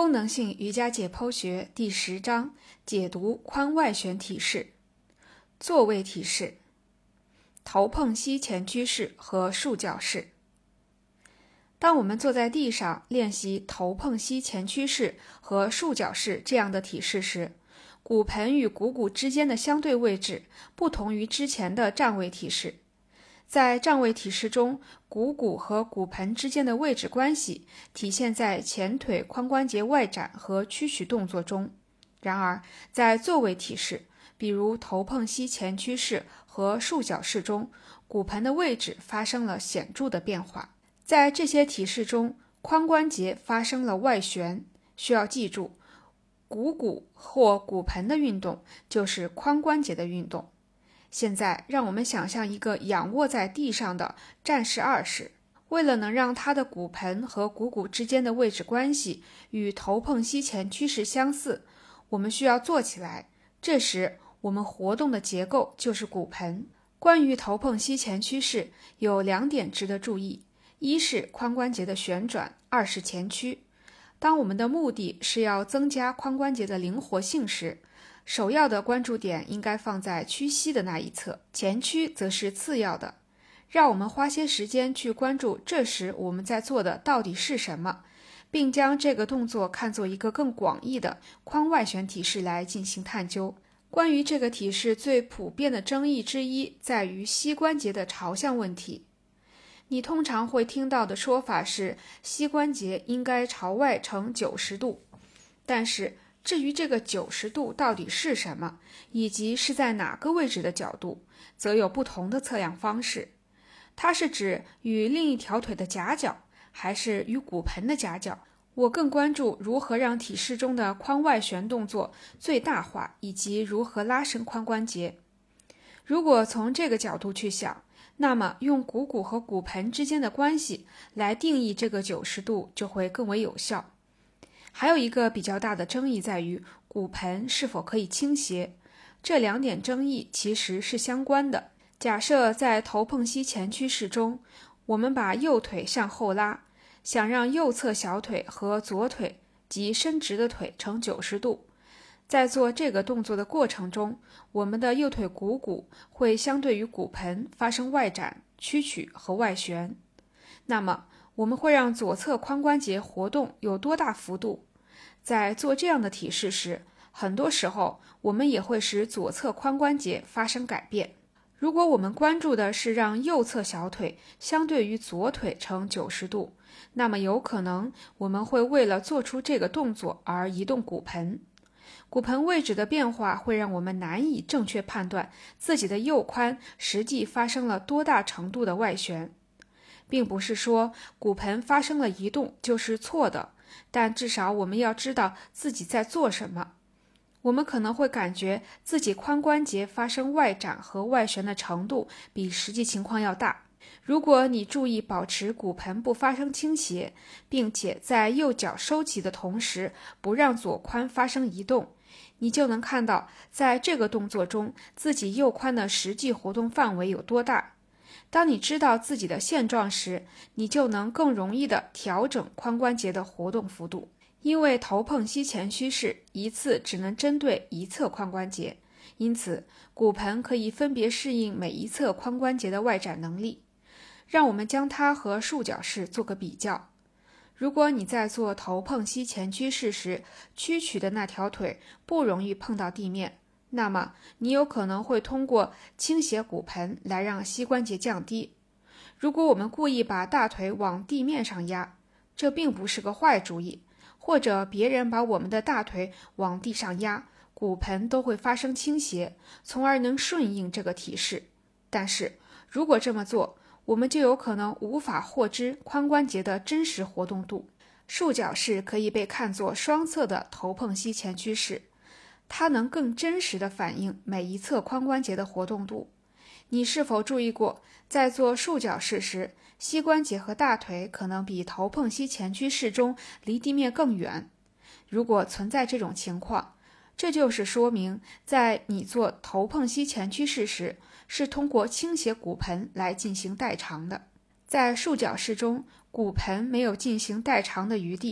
功能性瑜伽解剖学第10章解读髋外旋体式。坐位体式：头碰膝前屈式和束脚式。当我们坐在地上练习头碰膝前屈式和束脚式这样的体式时，骨盆与股骨之间的相对位置不同于之前的站位体式。在站位体式中，股骨和骨盆之间的位置关系体现在前腿髋关节外展和屈曲动作中。然而，在坐位体式，比如头碰膝前屈式和束脚式中，骨盆的位置发生了显著的变化。在这些体式中，髋关节发生了外旋。需要记住，股骨或骨盆的运动就是髋关节的运动。现在让我们想象一个仰卧在地上的战士2式，为了能让他的骨盆和股骨之间的位置关系与头碰膝前屈式相似，我们需要坐起来，这时我们活动的结构就是骨盆。关于头碰膝前屈式有2点值得注意，一是髋关节的旋转，二是前屈。当我们的目的是要增加髋关节的灵活性时，首要的关注点应该放在屈膝的那一侧，前屈则是次要的。让我们花些时间去关注这时我们在做的到底是什么，并将这个动作看作一个更广义的髋外旋体式来进行探究。关于这个体式最普遍的争议之一在于膝关节的朝向问题。你通常会听到的说法是膝关节应该朝外呈90度，但是至于这个90度到底是什么，以及是在哪个位置的角度，则有不同的测量方式。它是指与另一条腿的夹角，还是与骨盆的夹角？我更关注如何让体式中的髋外旋动作最大化，以及如何拉伸髋关节。如果从这个角度去想，那么用股骨和骨盆之间的关系来定义这个90度就会更为有效。还有一个比较大的争议在于骨盆是否可以倾斜，这2点争议其实是相关的。假设在头碰膝前屈式中，我们把右腿向后拉，想让右侧小腿和左腿及伸直的腿呈90度。在做这个动作的过程中，我们的右腿股骨会相对于骨盆发生外展、屈曲和外旋。那么我们会让左侧髋关节活动有多大幅度？在做这样的体式时，很多时候我们也会使左侧髋关节发生改变。如果我们关注的是让右侧小腿相对于左腿呈90度，那么有可能我们会为了做出这个动作而移动骨盆。骨盆位置的变化会让我们难以正确判断自己的右髋实际发生了多大程度的外旋。并不是说骨盆发生了移动就是错的，但至少我们要知道自己在做什么。我们可能会感觉自己髋关节发生外展和外旋的程度比实际情况要大。如果你注意保持骨盆不发生倾斜，并且在右脚收起的同时不让左髋发生移动，你就能看到在这个动作中自己右髋的实际活动范围有多大。当你知道自己的现状时，你就能更容易地调整髋关节的活动幅度。因为头碰膝前屈式一次只能针对一侧髋关节，因此骨盆可以分别适应每一侧髋关节的外展能力。让我们将它和束脚式做个比较。如果你在做头碰膝前屈式时，屈曲的那条腿不容易碰到地面，那么你有可能会通过倾斜骨盆来让膝关节降低。如果我们故意把大腿往地面上压，这并不是个坏主意，或者别人把我们的大腿往地上压，骨盆都会发生倾斜，从而能顺应这个体式。但是如果这么做，我们就有可能无法获知髋关节的真实活动度。束脚式可以被看作双侧的头碰膝前屈式，它能更真实地反映每一侧髋关节的活动度。你是否注意过，在做束脚式时，膝关节和大腿可能比头碰膝前屈式中离地面更远？如果存在这种情况，这就是说明在你做头碰膝前屈式时，是通过倾斜骨盆来进行代偿的。在束脚式中，骨盆没有进行代偿的余地，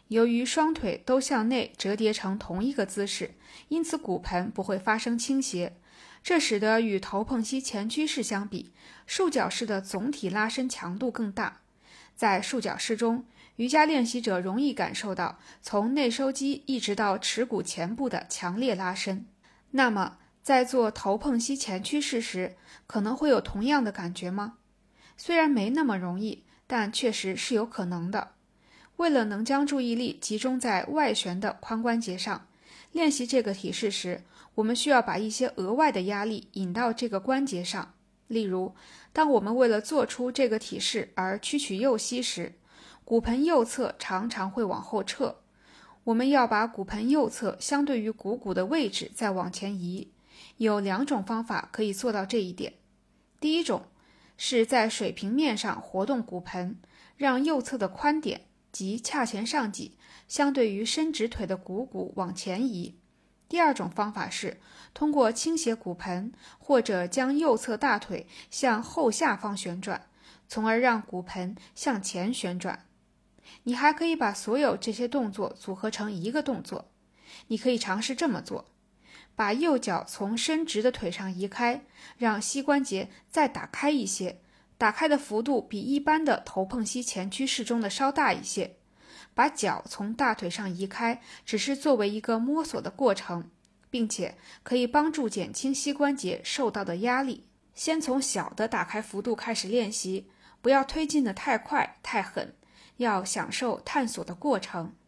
由于双腿都向内折叠成同一个姿势，因此骨盆不会发生倾斜，这使得与头碰膝前屈式相比，束脚式的总体拉伸强度更大。在束脚式中，瑜伽练习者容易感受到从内收肌一直到耻骨前部的强烈拉伸。那么，在做头碰膝前屈式时，可能会有同样的感觉吗？虽然没那么容易，但确实是有可能的。为了能将注意力集中在外旋的髋关节上，练习这个体式时，我们需要把一些额外的压力引到这个关节上。例如，当我们为了做出这个体式而屈曲右膝时，骨盆右侧常常会往后撤。我们要把骨盆右侧相对于股骨的位置再往前移。有2种方法可以做到这一点。第一种是在水平面上活动骨盆，让右侧的髋点及髂前上棘相对于伸直腿的股骨往前移。第二种方法是通过倾斜骨盆，或者将右侧大腿向后下方旋转，从而让骨盆向前旋转。你还可以把所有这些动作组合成一个动作。你可以尝试这么做：把右脚从伸直的腿上移开，让膝关节再打开一些，打开的幅度比一般的头碰膝前屈式中的稍大一些。把脚从大腿上移开，只是作为一个摸索的过程，并且可以帮助减轻膝关节受到的压力。先从小的打开幅度开始练习，不要推进的太快太狠，要享受探索的过程。